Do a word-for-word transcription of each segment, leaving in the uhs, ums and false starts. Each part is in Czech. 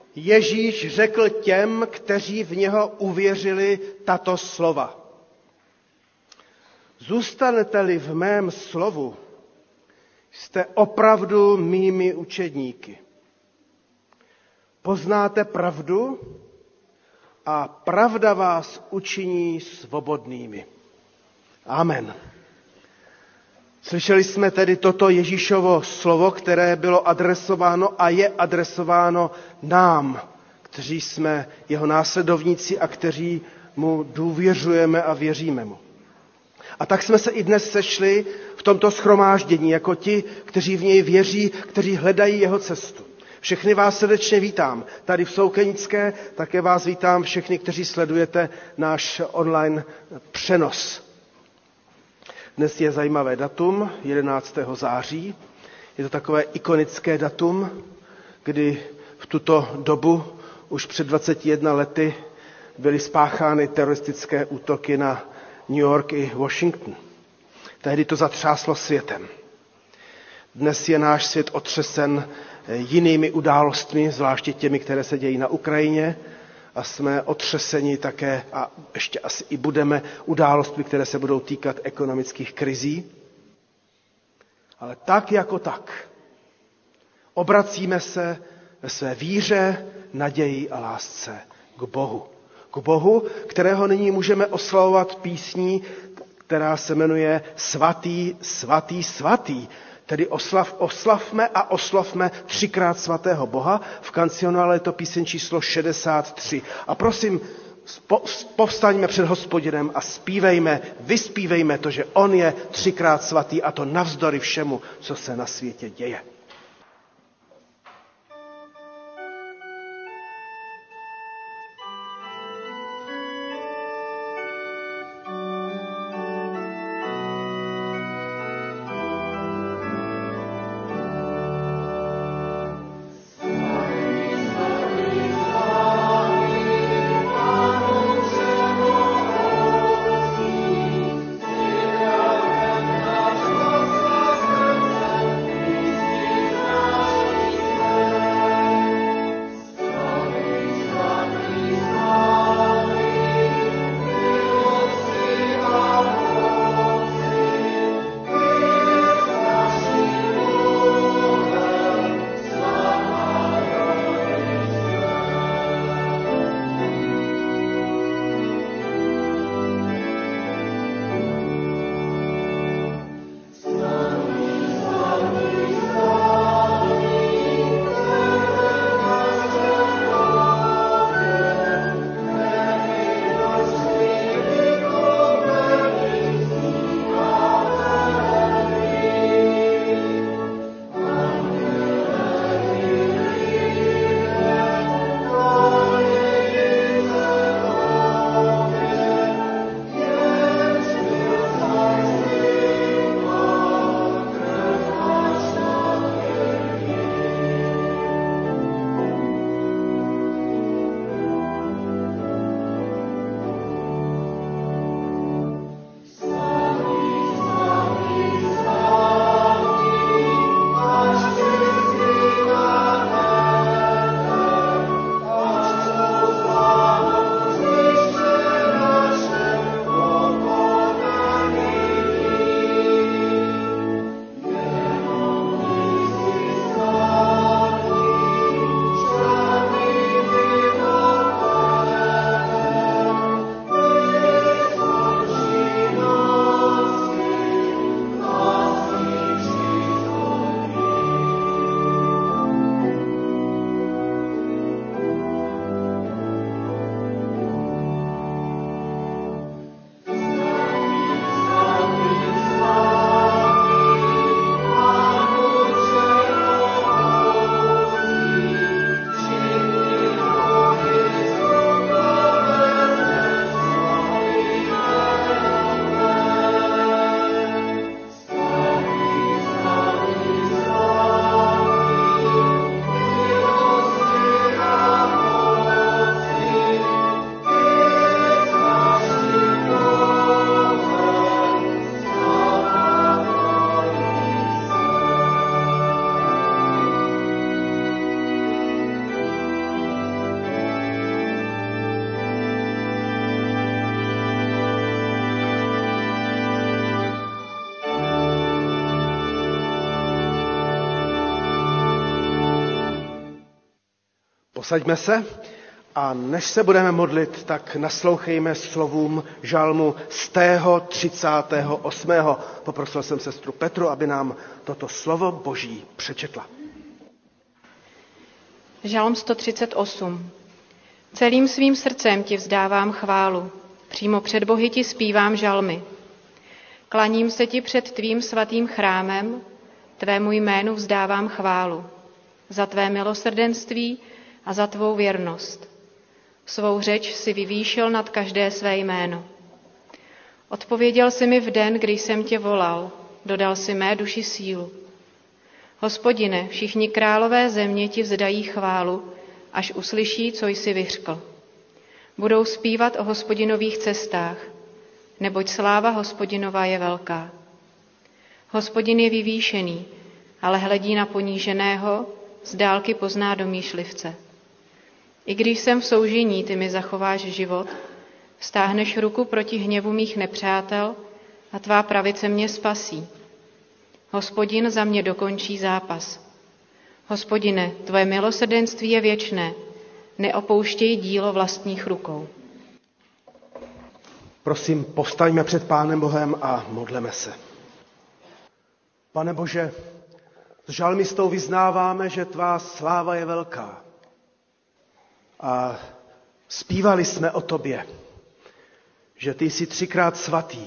Ježíš řekl těm, kteří v něho uvěřili, tato slova. Zůstanete-li v mém slovu, jste opravdu mými učedníky. Poznáte pravdu a pravda vás učiní svobodnými. Amen. Slyšeli jsme tedy toto Ježíšovo slovo, které bylo adresováno a je adresováno nám, kteří jsme jeho následovníci a kteří mu důvěřujeme a věříme mu. A tak jsme se i dnes sešli v tomto shromáždění jako ti, kteří v něj věří, kteří hledají jeho cestu. Všechny vás srdečně vítám tady v Soukenické, také vás vítám všechny, kteří sledujete náš online přenos. Dnes je zajímavé datum, jedenáctého září. Je to takové ikonické datum, kdy v tuto dobu už před dvaceti jednou lety byly spáchány teroristické útoky na New York i Washington. Tehdy to zatřáslo světem. Dnes je náš svět otřesen jinými událostmi, zvláště těmi, které se dějí na Ukrajině, a jsme otřeseni také, a ještě asi i budeme, událostmi, které se budou týkat ekonomických krizí. Ale tak jako tak obracíme se ve své víře, naději a lásce k Bohu. K Bohu, kterého nyní můžeme oslavovat písní, která se jmenuje Svatý, svatý, svatý. Tedy oslav, oslavme a oslavme třikrát svatého Boha. V kancionále je to píseň číslo šedesát tři. A prosím, povstaňme před Hospodinem a zpívejme, vyspívejme to, že on je třikrát svatý, a to navzdory všemu, co se na světě děje. Thank you. Posaďme se a než se budeme modlit, tak naslouchejme slovům žalmu sto třicet osm. Poprosil jsem sestru Petru, aby nám toto slovo Boží přečetla. Žalm sto třicet osm. Celým svým srdcem ti vzdávám chválu, přímo před Bohy ti zpívám žalmy. Klaním se ti před tvým svatým chrámem, tvému jménu vzdávám chválu, za tvé milosrdenství a za tvou věrnost. Svou řeč si vyvýšil nad každé své jméno. Odpověděl jsi mi v den, kdy jsem tě volal, dodal si mé duši sílu. Hospodine, všichni králové země ti vzdají chválu, až uslyší, co jsi vyřkl. Budou zpívat o Hospodinových cestách, neboť sláva Hospodinova je velká. Hospodin je vyvýšený, ale hledí na poníženého, z dálky pozná domýšlivce. I když jsem v soužení, ty mi zachováš život, stáhneš ruku proti hněvu mých nepřátel a tvá pravice mě spasí. Hospodin za mě dokončí zápas. Hospodine, tvoje milosrdenství je věčné, neopouštěj dílo vlastních rukou. Prosím, povstaňme před Pánem Bohem a modleme se. Pane Bože, s žalmistou vyznáváme, že tvá sláva je velká. A zpívali jsme o tobě, že ty jsi třikrát svatý.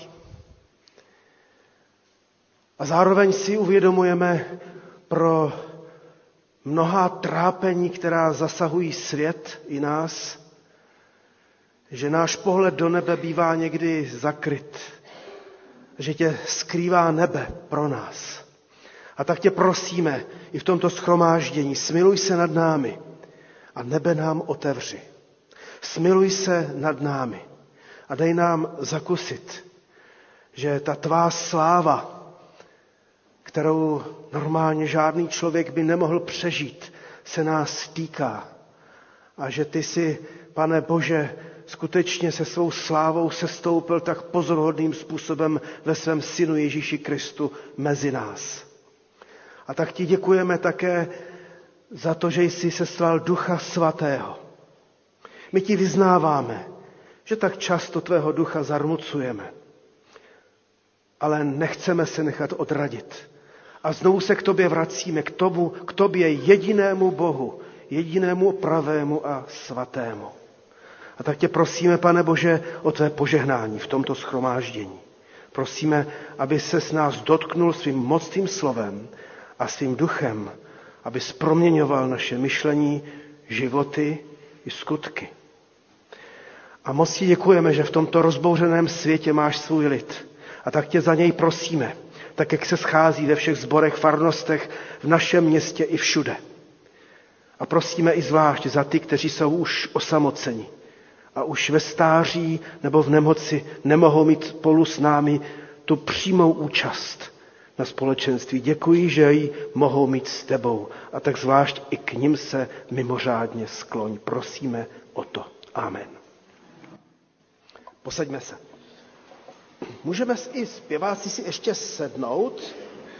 A zároveň si uvědomujeme pro mnohá trápení, která zasahují svět i nás, že náš pohled do nebe bývá někdy zakryt, že tě skrývá nebe pro nás. A tak tě prosíme i v tomto shromáždění, smiluj se nad námi a nebe nám otevři. Smiluj se nad námi a dej nám zakusit, že ta tvá sláva, kterou normálně žádný člověk by nemohl přežít, se nás týká. A že ty si, Pane Bože, skutečně se svou slávou sestoupil tak pozoruhodným způsobem ve svém synu Ježíši Kristu mezi nás. A tak ti děkujeme také za to, že jsi seslal Ducha Svatého. My ti vyznáváme, že tak často tvého ducha zarmucujeme, ale nechceme se nechat odradit. A znovu se k tobě vracíme, k tomu, k tobě jedinému Bohu, jedinému pravému a svatému. A tak tě prosíme, Pane Bože, o tvé požehnání v tomto shromáždění. Prosíme, aby ses nás dotknul svým mocným slovem a svým duchem, aby zproměňoval naše myšlení, životy i skutky. A moc ti děkujeme, že v tomto rozbouřeném světě máš svůj lid. A tak tě za něj prosíme, tak jak se schází ve všech sborech, farnostech, v našem městě i všude. A prosíme i zvlášť za ty, kteří jsou už osamoceni a už ve stáří nebo v nemoci nemohou mít spolu s námi tu přímou účast na společenství. Děkuji, že ji mohou mít s tebou. A tak zvlášť i k nim se mimořádně skloň. Prosíme o to. Amen. Posaďme se. Můžeme i zpěváci si ještě sednout.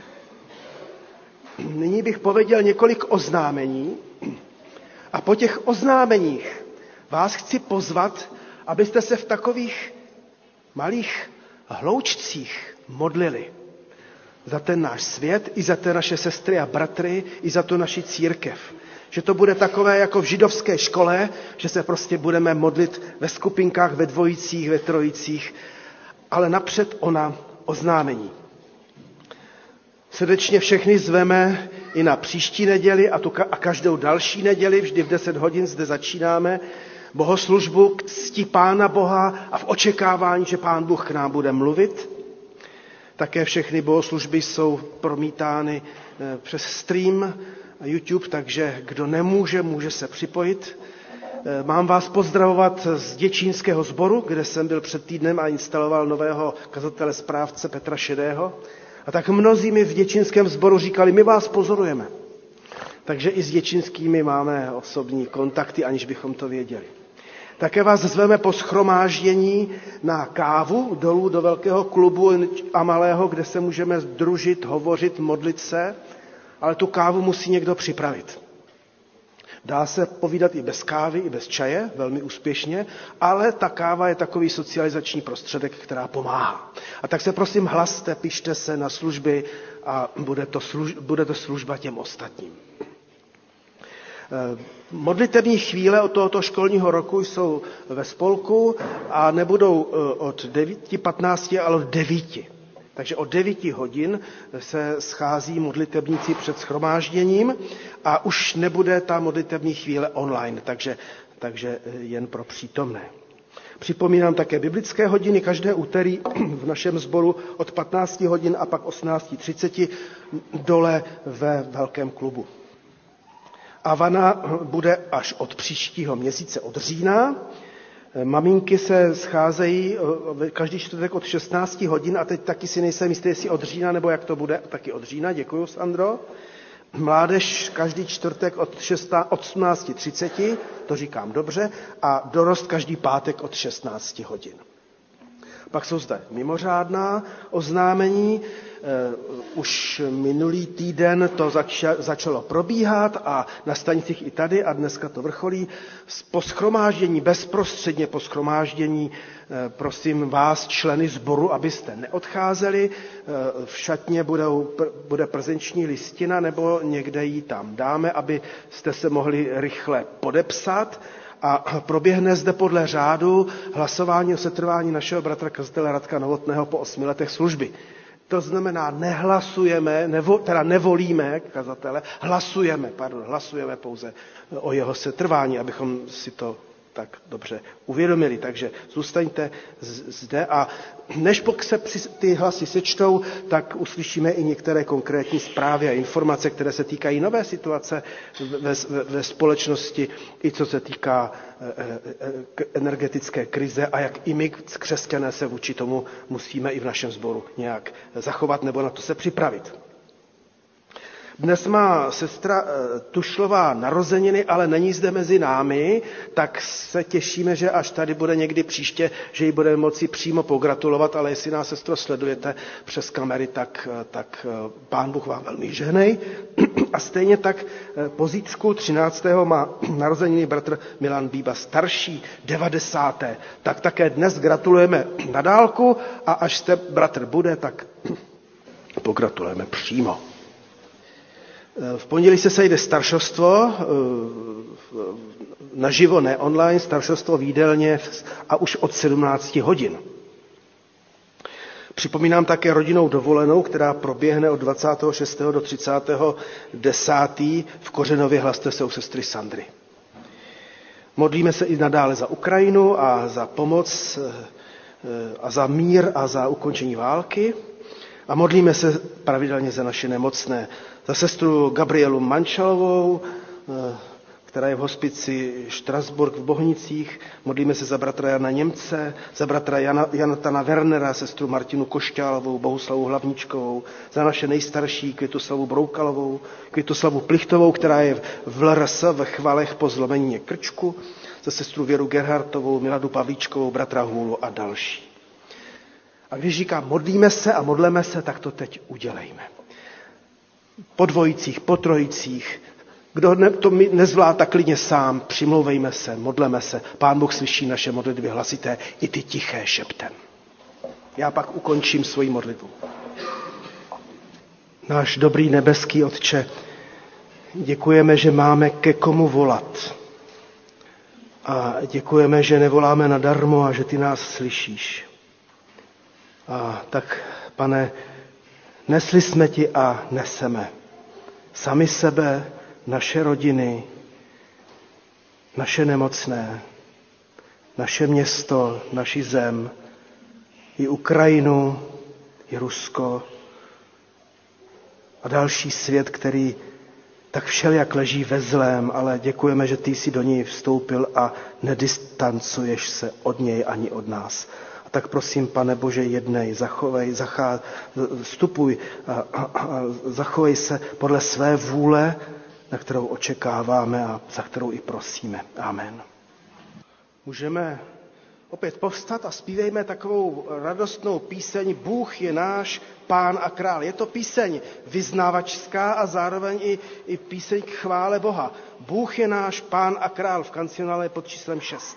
Nyní bych pověděl několik oznámení a po těch oznámeních vás chci pozvat, abyste se v takových malých hloučcích modlili za ten náš svět, i za ty naše sestry a bratry, i za tu naši církev. Že to bude takové jako v židovské škole, že se prostě budeme modlit ve skupinkách, ve dvojicích, ve trojicích, ale napřed ona oznámení. Srdečně všechny zveme i na příští neděli a, tu, a každou další neděli, vždy v deset hodin zde začínáme bohoslužbu k cti Pána Boha a v očekávání, že Pán Bůh k nám bude mluvit. Také všechny bohoslužby jsou promítány přes stream YouTube, takže kdo nemůže, může se připojit. Mám vás pozdravovat z děčínského sboru, kde jsem byl před týdnem a instaloval nového kazatele správce Petra Šedého. A tak mnozí mi v děčínském sboru říkali, my vás pozorujeme. Takže i s děčínskými máme osobní kontakty, aniž bychom to věděli. Také vás zveme po shromáždění na kávu dolů do velkého klubu a malého, kde se můžeme družit, hovořit, modlit se, ale tu kávu musí někdo připravit. Dá se povídat i bez kávy, i bez čaje, velmi úspěšně, ale ta káva je takový socializační prostředek, která pomáhá. A tak se prosím hlaste, pište se na služby a bude to, služ, bude to služba těm ostatním. Modlitební chvíle od tohoto školního roku jsou ve spolku a nebudou od devíti patnácti, ale od devíti. Takže od devíti hodin se schází modlitebníci před shromážděním a už nebude ta modlitební chvíle online, takže, takže jen pro přítomné. Připomínám také biblické hodiny každé úterý v našem sboru od patnácti hodin a pak osmnáct třicet dole ve velkém klubu. Avana bude až od příštího měsíce, od října. Maminky se scházejí každý čtvrtek od šestnácti hodin a teď taky si nejsem jistý, jestli od října, nebo jak to bude, taky od října, děkuju, Sandro. Mládež každý čtvrtek od osmnáct třicet, to říkám dobře, a dorost každý pátek od šestnácti hodin. Pak jsou zde mimořádná oznámení. Už minulý týden to začalo probíhat a na stanicích i tady a dneska to vrcholí. Po shromáždění, bezprostředně po shromáždění, prosím vás, členy sboru, abyste neodcházeli. V šatně budou, bude prezenční listina nebo někde ji tam dáme, abyste se mohli rychle podepsat. A proběhne zde podle řádu hlasování o setrvání našeho bratra kazatele Radka Novotného po osmi letech služby. To znamená, nehlasujeme, nevo, teda nevolíme kazatele, hlasujeme, pardon, hlasujeme pouze o jeho setrvání, abychom si to tak dobře uvědomili. Takže zůstaňte zde a než pokud se ty hlasy sečtou, tak uslyšíme i některé konkrétní zprávy a informace, které se týkají nové situace ve, ve, ve společnosti, i co se týká energetické krize a jak i my, křesťané, se vůči tomu musíme i v našem sboru nějak zachovat nebo na to se připravit. Dnes má sestra Tušlová narozeniny, ale není zde mezi námi, tak se těšíme, že až tady bude někdy příště, že ji budeme moci přímo pogratulovat, ale jestli nás, sestro, sledujete přes kamery, tak, tak Pán Bůh vám velmi žehnej. A stejně tak pozítřku třináctého má narozeniny bratr Milan Bíba starší, devadesáté Tak také dnes gratulujeme na dálku a až jste bratr bude, tak pogratulujeme přímo. V pondělí se sejde staršovstvo, naživo, ne online, staršovstvo v jídelně a už od sedmnácti hodin. Připomínám také rodinnou dovolenou, která proběhne od dvacátého šestého do třicátého desátého v Kořenově. Hlaste se u sestry Sandry. Modlíme se i nadále za Ukrajinu a za pomoc a za mír a za ukončení války. A modlíme se pravidelně za naše nemocné. Za sestru Gabrielu Mančalovou, která je v hospici Štrasburg v Bohnicích. Modlíme se za bratra Jana Němce, za bratra Jana, Janatana Wernera, sestru Martinu Košťálovou, Bohuslavu Hlavničkovou, za naše nejstarší Květoslavu Broukalovou, Květoslavu Plichtovou, která je v L R S ve Chvalech po zlomenině krčku, za sestru Věru Gerhartovou, Miladu Pavlíčkovou, bratra Hůlu a další. A když říkám modlíme se a modleme se, tak to teď udělejme. Po dvojicích, po trojicích, kdo ne, to nezvládá, tak klidně sám, přimlouvejme se, modleme se. Pán Bůh slyší naše modlitby hlasité, i ty tiché šeptem. Já pak ukončím svoji modlitbu. Náš dobrý nebeský Otče, děkujeme, že máme ke komu volat. A děkujeme, že nevoláme nadarmo a že ty nás slyšíš. A tak, Pane, nesli jsme ti a neseme sami sebe, naše rodiny, naše nemocné, naše město, naši zem, i Ukrajinu, i Rusko a další svět, který tak všelijak leží ve zlém, ale děkujeme, že ty jsi do něj vstoupil a nedistancuješ se od něj ani od nás. Tak prosím, Pane Bože, jednej, zachovej, zachá, vstupuj a, a, a zachovej se podle své vůle, na kterou očekáváme a za kterou i prosíme. Amen. Můžeme opět povstat a zpívejme takovou radostnou píseň Bůh je náš Pán a Král. Je to píseň vyznavačská a zároveň i, i píseň k chvále Boha. Bůh je náš Pán a Král v kancionále pod číslem šest.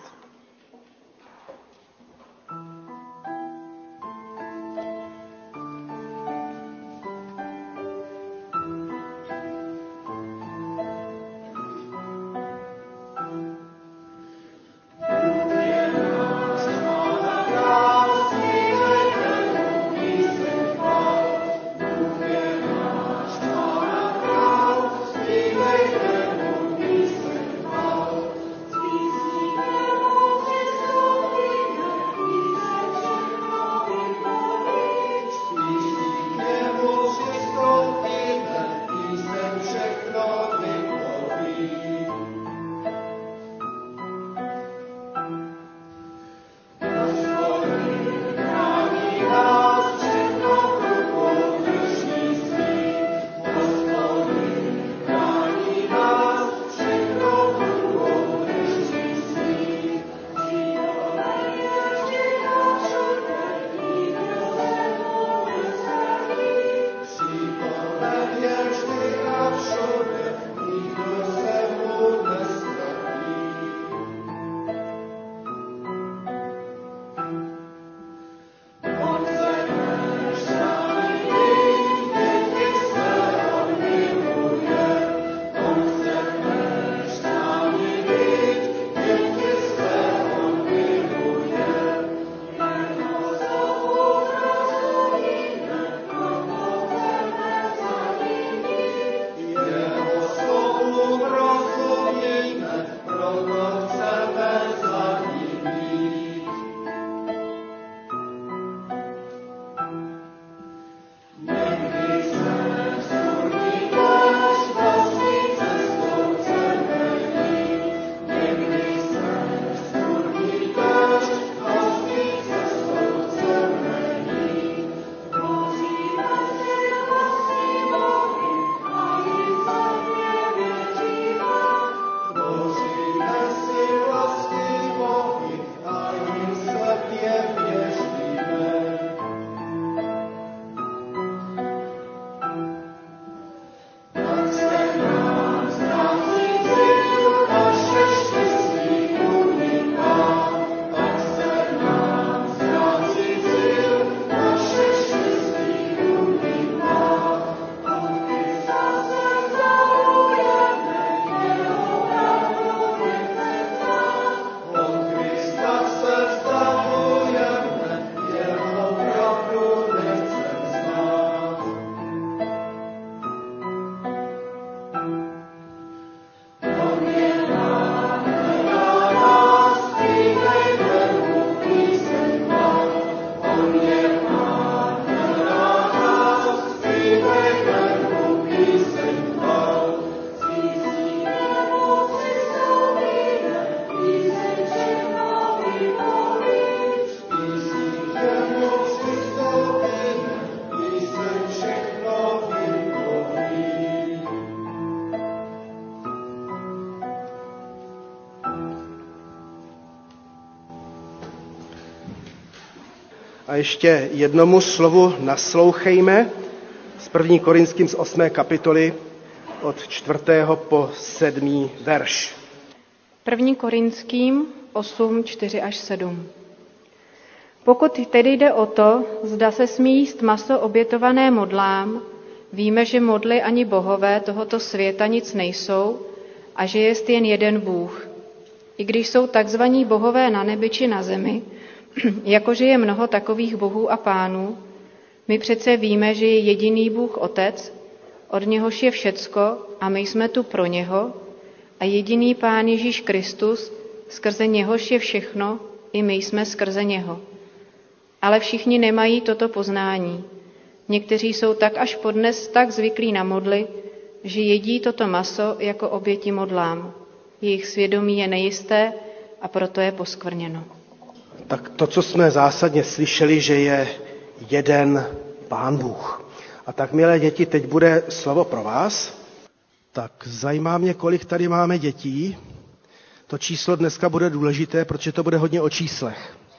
A ještě jednomu slovu naslouchejme z první Korinským z osmé kapitoly od čtvrtého po sedmý verš. první Korinským osm, čtyři až sedm. Pokud tedy jde o to, zda se smí jíst maso obětované modlám, víme, že modly ani bohové tohoto světa nic nejsou a že jest jen jeden Bůh. I když jsou takzvaní bohové na nebi či na zemi, jakože je mnoho takových bohů a pánů, my přece víme, že je jediný Bůh Otec, od něhož je všecko a my jsme tu pro něho, a jediný Pán Ježíš Kristus, skrze něhož je všechno, i my jsme skrze něho. Ale všichni nemají toto poznání. Někteří jsou tak až podnes tak zvyklí na modly, že jedí toto maso jako oběti modlám. Jejich svědomí je nejisté a proto je poskvrněno. Tak to, co jsme zásadně slyšeli, že je jeden Pán Bůh. A tak, milé děti, teď bude slovo pro vás. Tak zajímá mě, kolik tady máme dětí. To číslo dneska bude důležité, protože to bude hodně o číslech.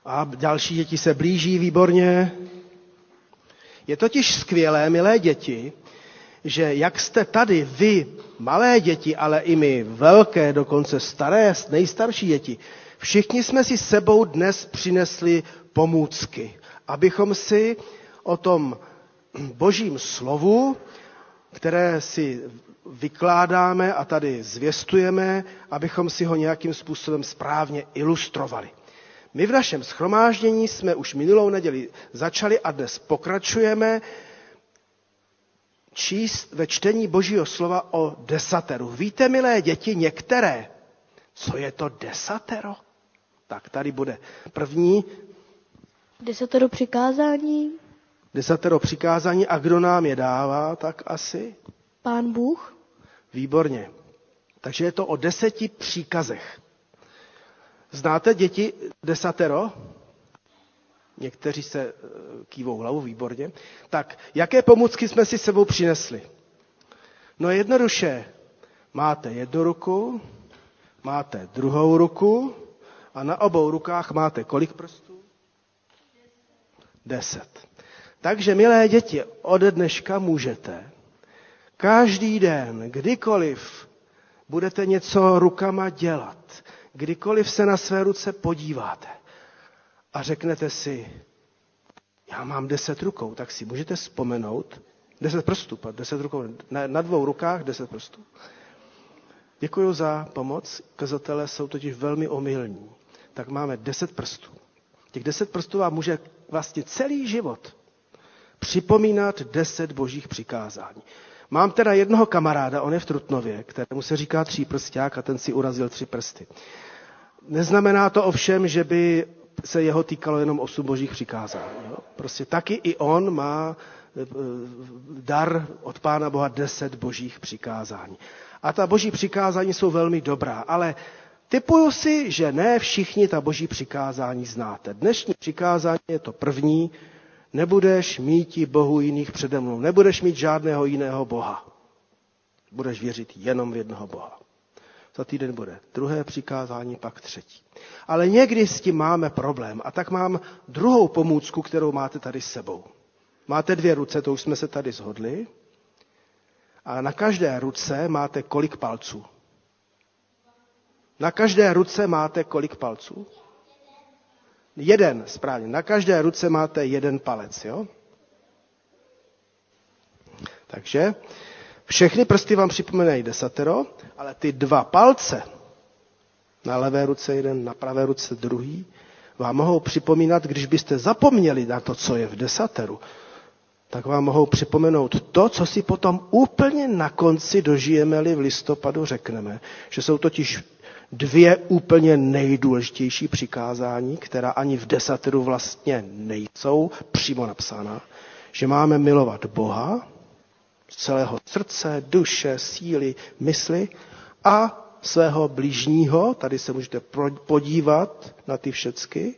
A další děti se blíží, výborně. Je totiž skvělé, milé děti, že jak jste tady vy, malé děti, ale i my velké, dokonce staré, nejstarší děti, všichni jsme si sebou dnes přinesli pomůcky, abychom si o tom Božím slovu, které si vykládáme a tady zvěstujeme, abychom si ho nějakým způsobem správně ilustrovali. My v našem shromáždění jsme už minulou neděli začali a dnes pokračujeme číst ve čtení Božího slova o desateru. Víte, milé děti, některé, co je to desatero? Tak tady bude první. Desatero přikázání. Desatero přikázání a kdo nám je dává, tak asi? Pán Bůh. Výborně. Takže je to o deseti příkazech. Znáte, děti, desatero? Někteří se kývou hlavu, výborně. Tak, jaké pomůcky jsme si sebou přinesli? No jednoduše, máte jednu ruku, máte druhou ruku a na obou rukách máte kolik prstů? Deset. Takže, milé děti, ode dneška můžete každý den, kdykoliv budete něco rukama dělat, kdykoliv se na své ruce podíváte a řeknete si, já mám deset rukou, tak si můžete vzpomenout, deset prstů, deset rukou, na, na dvou rukách deset prstů. Děkuji za pomoc, kazatelé jsou totiž velmi omylní. Tak máme deset prstů. Těch deset prstů vám může vlastně celý život připomínat deset božích přikázání. Mám teda jednoho kamaráda, on je v Trutnově, kterému se říká tříprsták a ten si urazil tři prsty. Neznamená to ovšem, že by se jeho týkalo jenom osm božích přikázání. Jo? Prostě taky i on má dar od Pána Boha deset božích přikázání. A ta boží přikázání jsou velmi dobrá, ale tipuju si, že ne všichni ta boží přikázání znáte. Dnešní přikázání je to první, nebudeš mít bohu jiných přede mnou, nebudeš mít žádného jiného boha. Budeš věřit jenom v jednoho boha. Za týden bude druhé přikázání, pak třetí. Ale někdy s tím máme problém a tak mám druhou pomůcku, kterou máte tady s sebou. Máte dvě ruce, to už jsme se tady shodli. A na každé ruce máte kolik palců? Na každé ruce máte kolik palců? Jeden, správně. Na každé ruce máte jeden palec, jo? Takže všechny prsty vám připomínají desatero, ale ty dva palce, na levé ruce jeden, na pravé ruce druhý, vám mohou připomínat, když byste zapomněli na to, co je v desateru, tak vám mohou připomenout to, co si potom úplně na konci dožijeme-li v listopadu řekneme, že jsou totiž dvě úplně nejdůležitější přikázání, která ani v desateru vlastně nejsou přímo napsána, že máme milovat Boha z celého srdce, duše, síly, mysli a svého bližního, tady se můžete podívat na ty všecky,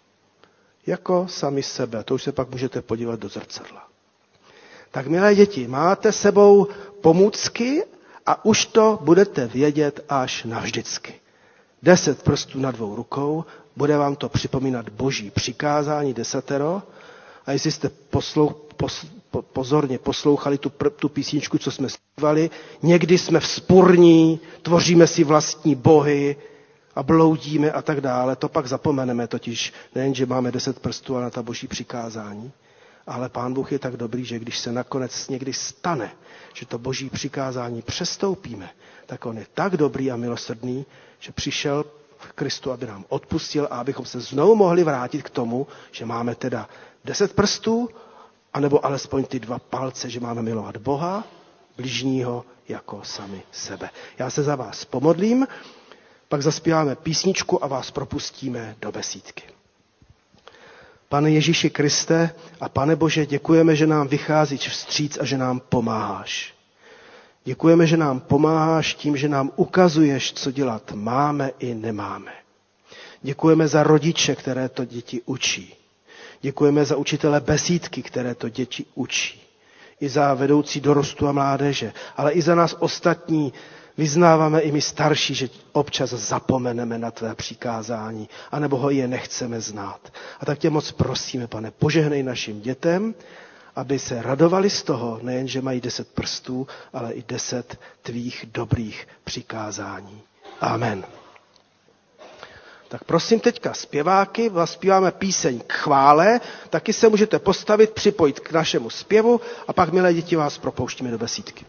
jako sami sebe. To už se pak můžete podívat do zrcadla. Tak, milé děti, máte sebou pomůcky a už to budete vědět až navždycky. Deset prstů na dvou rukou, bude vám to připomínat boží přikázání desatero. A jestli jste poslou, pos, po, pozorně poslouchali tu, tu písničku, co jsme zpívali, někdy jsme vzpurní, tvoříme si vlastní bohy a bloudíme a tak dále. To pak zapomeneme totiž, nejen, že máme deset prstů, ale na ta boží přikázání. Ale Pán Bůh je tak dobrý, že když se nakonec někdy stane, že to boží přikázání přestoupíme, tak on je tak dobrý a milosrdný, že přišel v Kristu, aby nám odpustil a abychom se znovu mohli vrátit k tomu, že máme teda deset prstů, anebo alespoň ty dva palce, že máme milovat Boha, bližního jako sami sebe. Já se za vás pomodlím, pak zaspíváme písničku a vás propustíme do besídky. Pane Ježíši Kriste a Pane Bože, děkujeme, že nám vycházíš vstříc a že nám pomáháš. Děkujeme, že nám pomáháš tím, že nám ukazuješ, co dělat máme i nemáme. Děkujeme za rodiče, které to děti učí. Děkujeme za učitele besídky, které to děti učí. I za vedoucí dorostu a mládeže, ale i za nás ostatní Vyznáváme i my starší, že občas zapomeneme na tvé přikázání, anebo ho je nechceme znát. A tak tě moc prosíme, Pane, požehnej našim dětem, aby se radovali z toho, nejen, že mají deset prstů, ale i deset tvých dobrých přikázání. Amen. Tak prosím teďka zpěváky, zaspíváme píseň k chvále, taky se můžete postavit, připojit k našemu zpěvu a pak, milé děti, vás propouštíme do besídky.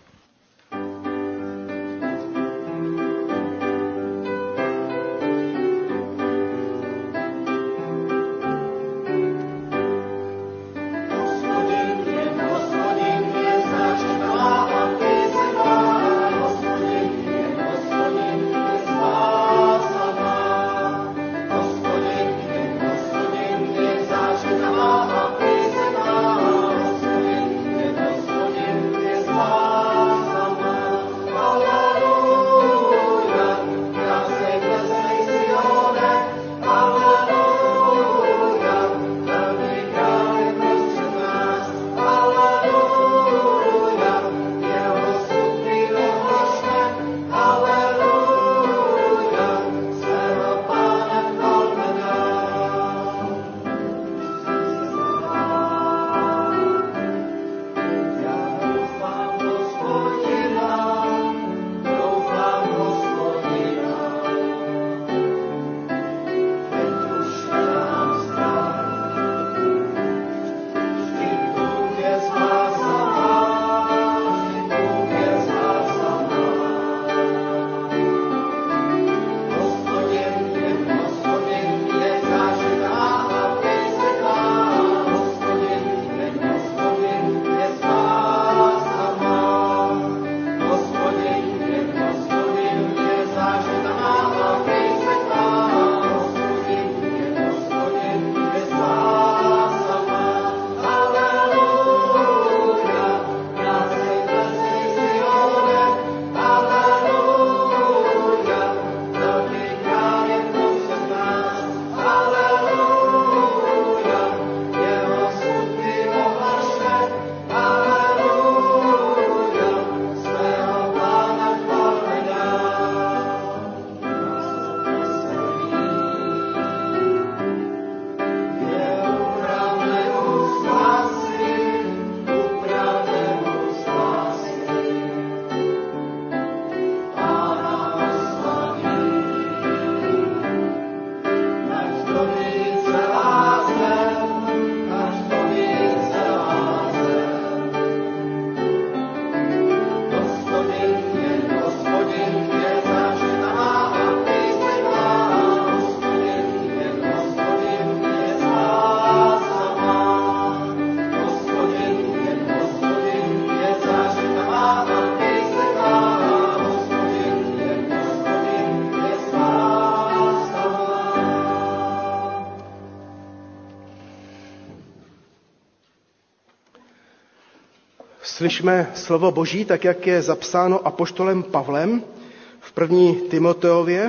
Slyšme slovo Boží, tak jak je zapsáno apoštolem Pavlem v první Timoteově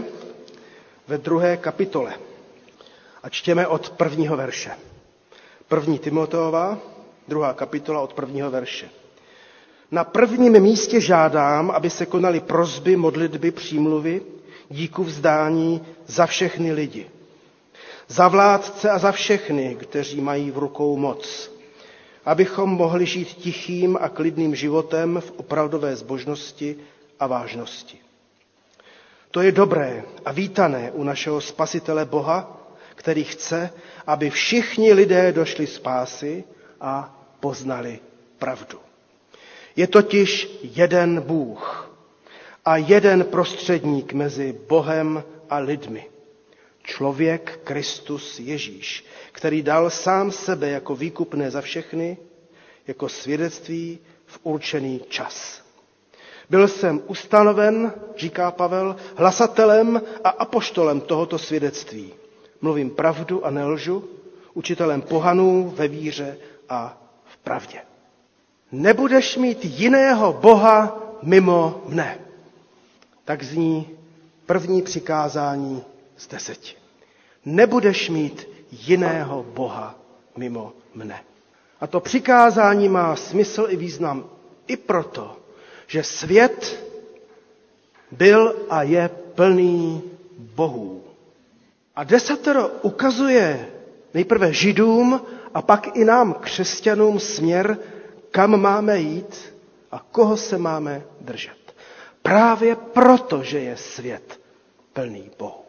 ve druhé kapitole. A čtěme od prvního verše. První Timoteova, druhá kapitola od prvního verše. Na prvním místě žádám, aby se konaly prosby, modlitby, přímluvy, díku vzdání za všechny lidi. Za vládce a za všechny, kteří mají v rukou moc. Abychom mohli žít tichým a klidným životem v opravdové zbožnosti a vážnosti. To je dobré a vítané u našeho Spasitele Boha, který chce, aby všichni lidé došli spásy a poznali pravdu. Je totiž jeden Bůh a jeden prostředník mezi Bohem a lidmi. Člověk Kristus Ježíš, který dal sám sebe jako výkupné za všechny, jako svědectví v určený čas. Byl jsem ustanoven, říká Pavel, hlasatelem a apoštolem tohoto svědectví. Mluvím pravdu a nelžu, učitelem pohanů ve víře a v pravdě. Nebudeš mít jiného Boha mimo mne. Tak zní první přikázání z deseti. Nebudeš mít jiného Boha mimo mne. A to přikázání má smysl i význam i proto, že svět byl a je plný bohů. A desatero ukazuje nejprve Židům a pak i nám, křesťanům, směr, kam máme jít a koho se máme držet. Právě proto, že je svět plný bohů.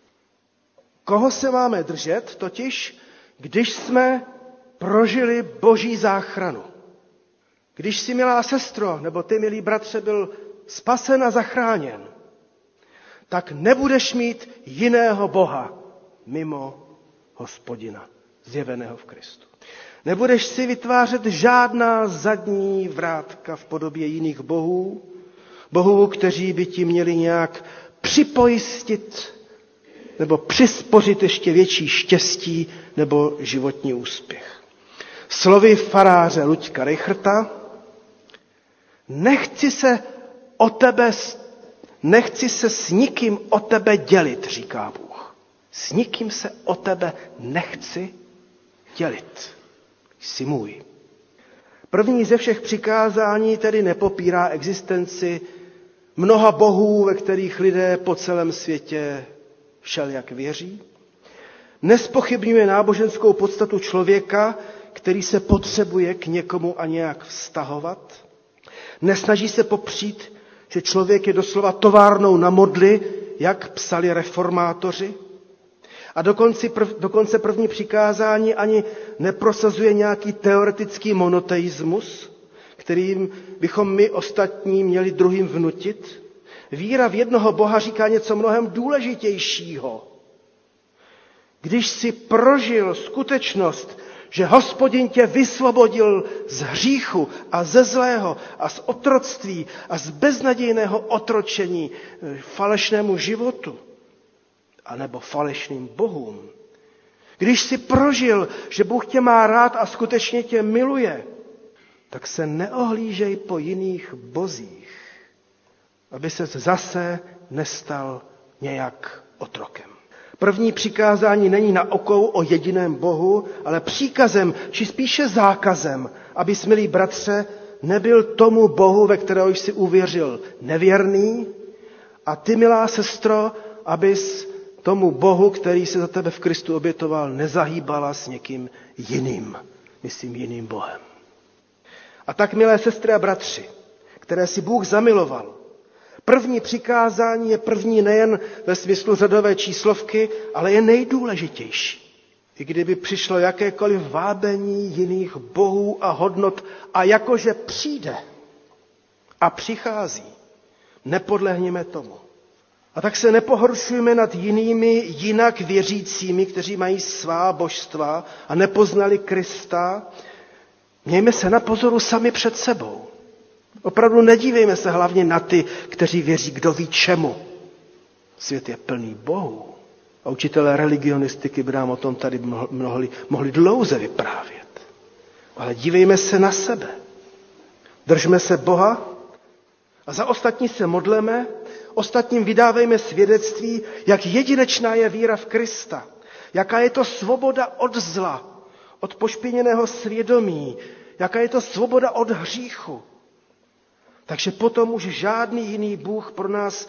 Koho se máme držet, totiž, když jsme prožili boží záchranu. Když jsi, milá sestro, nebo ty, milý bratře, byl spasen a zachráněn, tak nebudeš mít jiného Boha mimo Hospodina, zjeveného v Kristu. Nebudeš si vytvářet žádná zadní vrátka v podobě jiných bohů, bohů, kteří by ti měli nějak připojistit nebo přispořit ještě větší štěstí nebo životní úspěch. Slovy faráře Luďka Rejchrta, nechci se o tebe, nechci se s nikým o tebe dělit, říká Bůh. S nikým se o tebe nechci dělit. Jsi můj. První ze všech přikázání tedy nepopírá existenci mnoha bohů, ve kterých lidé po celém světě všelijak věří. Nespochybňuje náboženskou podstatu člověka, který se potřebuje k někomu a nějak vztahovat. Nesnaží se popřít, že člověk je doslova továrnou na modly, jak psali reformátoři. A dokonce, prv, dokonce první přikázání ani neprosazuje nějaký teoretický monoteismus, kterým bychom my ostatní měli druhým vnutit. Víra v jednoho Boha říká něco mnohem důležitějšího. Když si prožil skutečnost, že Hospodin tě vysvobodil z hříchu a ze zlého a z otroctví a z beznadějného otročení falešnému životu, anebo falešným bohům. Když si prožil, že Bůh tě má rád a skutečně tě miluje, tak se neohlížej po jiných bozích, aby se zase nestal nějak otrokem. První přikázání není naukou o jediném Bohu, ale příkazem, či spíše zákazem, abys, milý bratře, nebyl tomu Bohu, ve kterého jsi uvěřil, nevěrný, a ty, milá sestro, abys tomu Bohu, který se za tebe v Kristu obětoval, nezahýbala s někým jiným, myslím jiným Bohem. A tak, milé sestry a bratři, které si Bůh zamiloval, první přikázání je první nejen ve smyslu řadové číslovky, ale je nejdůležitější. I kdyby přišlo jakékoliv vábení jiných bohů a hodnot a jakože přijde a přichází, nepodlehněme tomu. A tak se nepohoršujme nad jinými jinak věřícími, kteří mají svá božstva a nepoznali Krista. Mějme se na pozoru sami před sebou. Opravdu nedívejme se hlavně na ty, kteří věří kdo ví čemu. Svět je plný bohů. A učitelé religionistiky by nám o tom tady mohli, mohli dlouze vyprávět. Ale dívejme se na sebe. Držme se Boha a za ostatní se modleme, ostatním vydávejme svědectví, jak jedinečná je víra v Krista, jaká je to svoboda od zla, od pošpiněného svědomí, jaká je to svoboda od hříchu. Takže potom už žádný jiný Bůh pro nás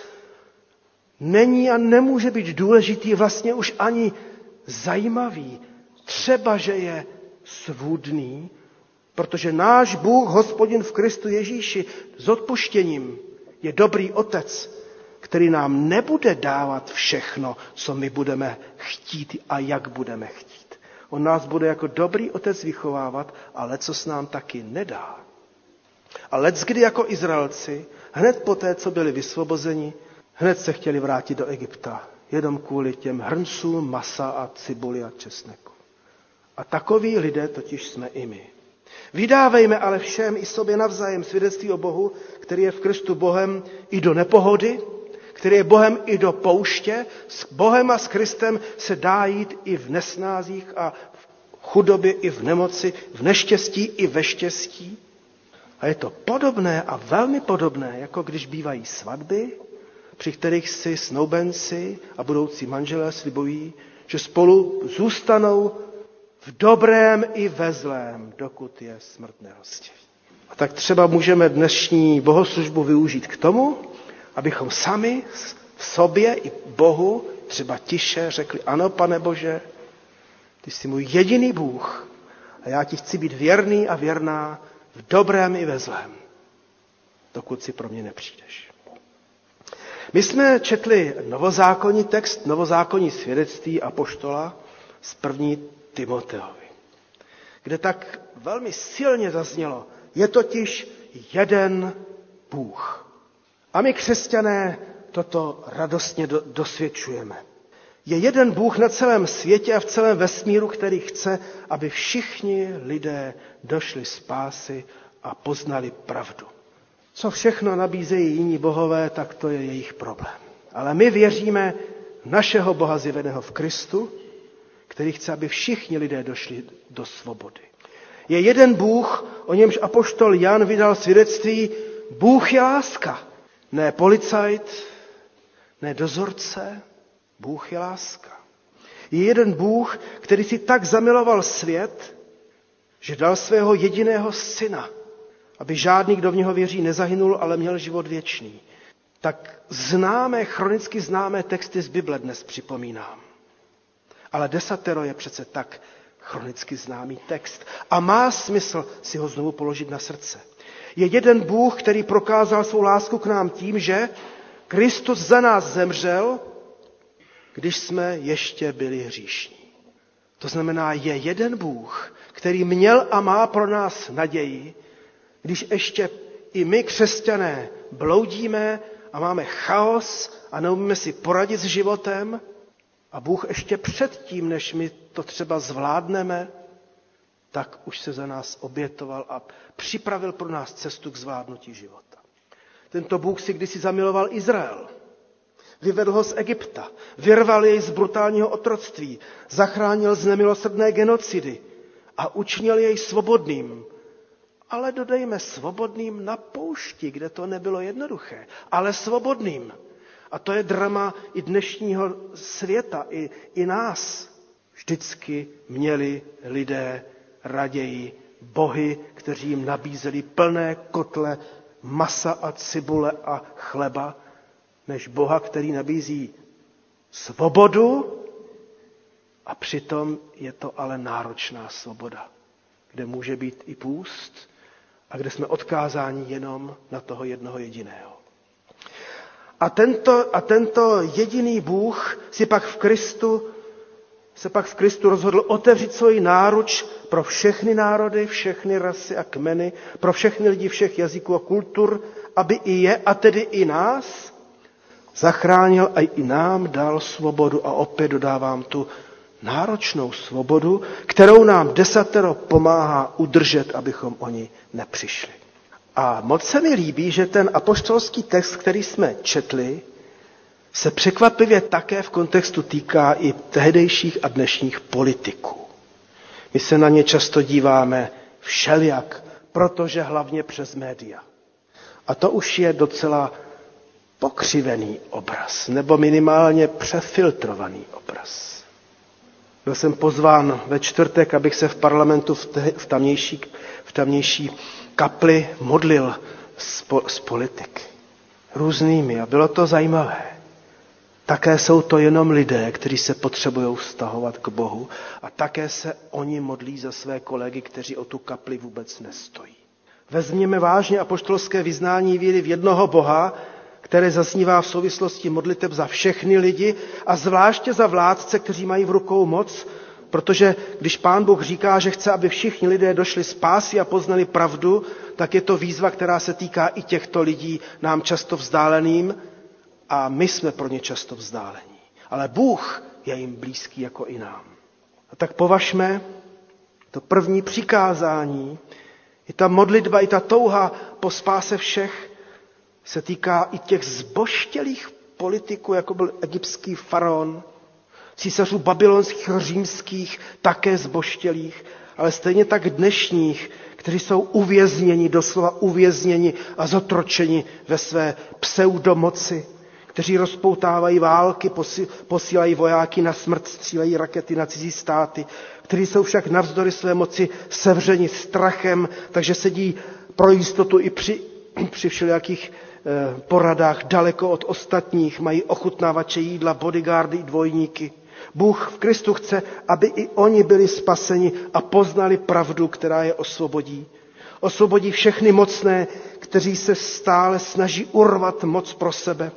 není a nemůže být důležitý, vlastně už ani zajímavý. Třeba, že je svůdný, protože náš Bůh, Hospodin v Kristu Ježíši, s odpuštěním je dobrý otec, který nám nebude dávat všechno, co my budeme chtít a jak budeme chtít. On nás bude jako dobrý otec vychovávat, ale co s nám taky nedá. A leckdy jako Izraelci, hned poté, co byli vysvobozeni, hned se chtěli vrátit do Egypta. Jenom kvůli těm hrncům masa a cibuli a česneku. A takoví lidé totiž jsme i my. Vydávejme ale všem i sobě navzájem svědectví o Bohu, který je v Kristu Bohem i do nepohody, který je Bohem i do pouště. S Bohem a s Kristem se dá jít i v nesnázích a v chudobě, i v nemoci, v neštěstí, i ve štěstí. A je to podobné a velmi podobné, jako když bývají svatby, při kterých si snoubenci a budoucí manželé slibují, že spolu zůstanou v dobrém i ve zlém, dokud je smrt nerozdělí. A tak třeba můžeme dnešní bohoslužbu využít k tomu, Abychom sami v sobě i Bohu třeba tiše řekli, ano, Pane Bože, ty jsi můj jediný Bůh a já ti chci být věrný a věrná v dobrém i ve zlém, dokud si pro mě nepřijdeš. My jsme četli novozákonní text, novozákonní svědectví apoštola z první Timoteovi, kde tak velmi silně zaznělo, je totiž jeden Bůh. A my křesťané toto radostně do, dosvědčujeme. Je jeden Bůh na celém světě a v celém vesmíru, který chce, aby všichni lidé došli spásy a poznali pravdu. Co všechno nabízejí jiní bohové, tak to je jejich problém. Ale my věříme v našeho Boha zjeveného v Kristu, který chce, aby všichni lidé došli do svobody. Je jeden Bůh, o němž apoštol Jan vydal svědectví, Bůh je láska. Ne policajt, ne dozorce, Bůh je láska. Je jeden Bůh, který si tak zamiloval svět, že dal svého jediného syna, aby žádný, kdo v něho věří, nezahynul, ale měl život věčný. Tak známé, chronicky známé texty z Bible dnes připomínám. Ale desatero je přece tak chronicky známý text a má smysl si ho znovu položit na srdce. Je jeden Bůh, který prokázal svou lásku k nám tím, že Kristus za nás zemřel, když jsme ještě byli hříšní. To znamená, je jeden Bůh, který měl a má pro nás naději, když ještě i my, křesťané, bloudíme a máme chaos a neumíme si poradit s životem a Bůh ještě předtím, než my to třeba zvládneme, tak už se za nás obětoval a připravil pro nás cestu k zvládnutí života. Tento Bůh si kdysi zamiloval Izrael. Vyvedl ho z Egypta, vyrval jej z brutálního otroctví, zachránil z nemilosrdné genocidy a učinil jej svobodným. Ale dodejme svobodným na poušti, kde to nebylo jednoduché, ale svobodným. A to je drama i dnešního světa, i, i nás. Vždycky měli lidé raději bohy, kteří jim nabízeli plné kotle masa a cibule a chleba, než Boha, který nabízí svobodu a přitom je to ale náročná svoboda, kde může být i půst a kde jsme odkázáni jenom na toho jednoho jediného. A tento, a tento jediný Bůh si pak v Kristu, se pak v Kristu rozhodl otevřít svoji náruč pro všechny národy, všechny rasy a kmeny, pro všechny lidi všech jazyků a kultur, aby i je, a tedy i nás, zachránil a i nám dal svobodu. A opět dodávám tu náročnou svobodu, kterou nám desatero pomáhá udržet, abychom o ní nepřišli. A moc se mi líbí, že ten apoštolský text, který jsme četli, se překvapivě také v kontextu týká i tehdejších a dnešních politiků. My se na ně často díváme všelijak, protože hlavně přes média. A to už je docela pokřivený obraz, nebo minimálně přefiltrovaný obraz. Byl jsem pozván ve čtvrtek, abych se v parlamentu v, te, v, tamnější, v tamnější kapli modlil s, po, s politiky. Různými. A bylo to zajímavé. Také jsou to jenom lidé, kteří se potřebují vztahovat k Bohu a také se oni modlí za své kolegy, kteří o tu kapli vůbec nestojí. Vezměme vážně apoštolské vyznání víry v jednoho Boha, které zaznívá v souvislosti modliteb za všechny lidi a zvláště za vládce, kteří mají v rukou moc, protože když Pán Bůh říká, že chce, aby všichni lidé došli spásy a poznali pravdu, tak je to výzva, která se týká i těchto lidí, nám často vzdáleným, a my jsme pro ně často vzdálení. Ale Bůh je jim blízký jako i nám. A tak považme to první přikázání, i ta modlitba, i ta touha po spáse všech se týká i těch zboštělých politiků, jako byl egyptský faraon, císařů babylonských, římských, také zboštělých, ale stejně tak dnešních, kteří jsou uvězněni, doslova uvězněni a zotročeni ve své pseudomoci, kteří rozpoutávají války, posílají vojáky na smrt, střílejí rakety na cizí státy, kteří jsou však navzdory své moci sevřeni strachem, takže sedí pro jistotu i při, při všelijakých poradách daleko od ostatních, mají ochutnávače jídla, bodyguardy i dvojníky. Bůh v Kristu chce, aby i oni byli spaseni a poznali pravdu, která je osvobodí. Osvobodí všechny mocné, kteří se stále snaží urvat moc pro sebe.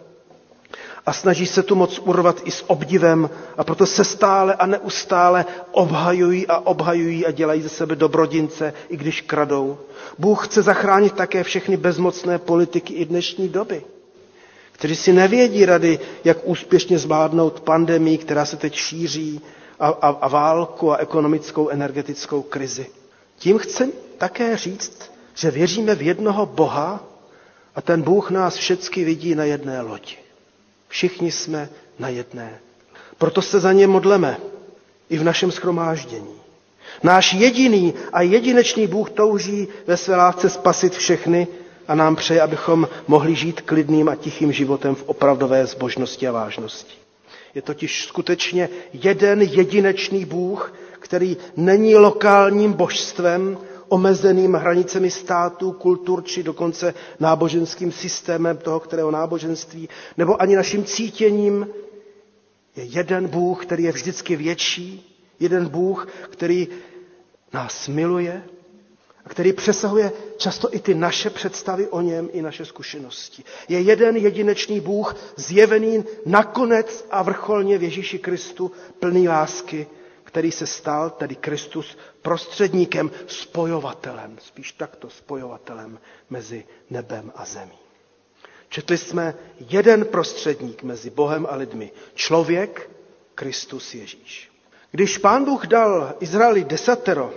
A snaží se tu moc urvat i s obdivem a proto se stále a neustále obhajují a obhajují a dělají ze sebe dobrodince, i když kradou. Bůh chce zachránit také všechny bezmocné politiky i dnešní doby, kteří si nevědí rady, jak úspěšně zvládnout pandemii, která se teď šíří, a, a, a válku a ekonomickou energetickou krizi. Tím chce také říct, že věříme v jednoho Boha a ten Bůh nás všechny vidí na jedné lodi. Všichni jsme na jedné. Proto se za ně modleme i v našem shromáždění. Náš jediný a jedinečný Bůh touží ve své lásce spasit všechny a nám přeje, abychom mohli žít klidným a tichým životem v opravdové zbožnosti a vážnosti. Je totiž skutečně jeden jedinečný Bůh, který není lokálním božstvem, omezeným hranicemi států, kultur, či dokonce náboženským systémem toho, kterého náboženství, nebo ani naším cítěním. Je jeden Bůh, který je vždycky větší, jeden Bůh, který nás miluje a který přesahuje často i ty naše představy o něm, i naše zkušenosti. Je jeden jedinečný Bůh, zjevený nakonec a vrcholně v Ježíši Kristu, plný lásky, který se stal, tedy Kristus, prostředníkem, spojovatelem, spíš takto spojovatelem mezi nebem a zemí. Četli jsme jeden prostředník mezi Bohem a lidmi, člověk, Kristus Ježíš. Když Pán Bůh dal Izraeli desatero,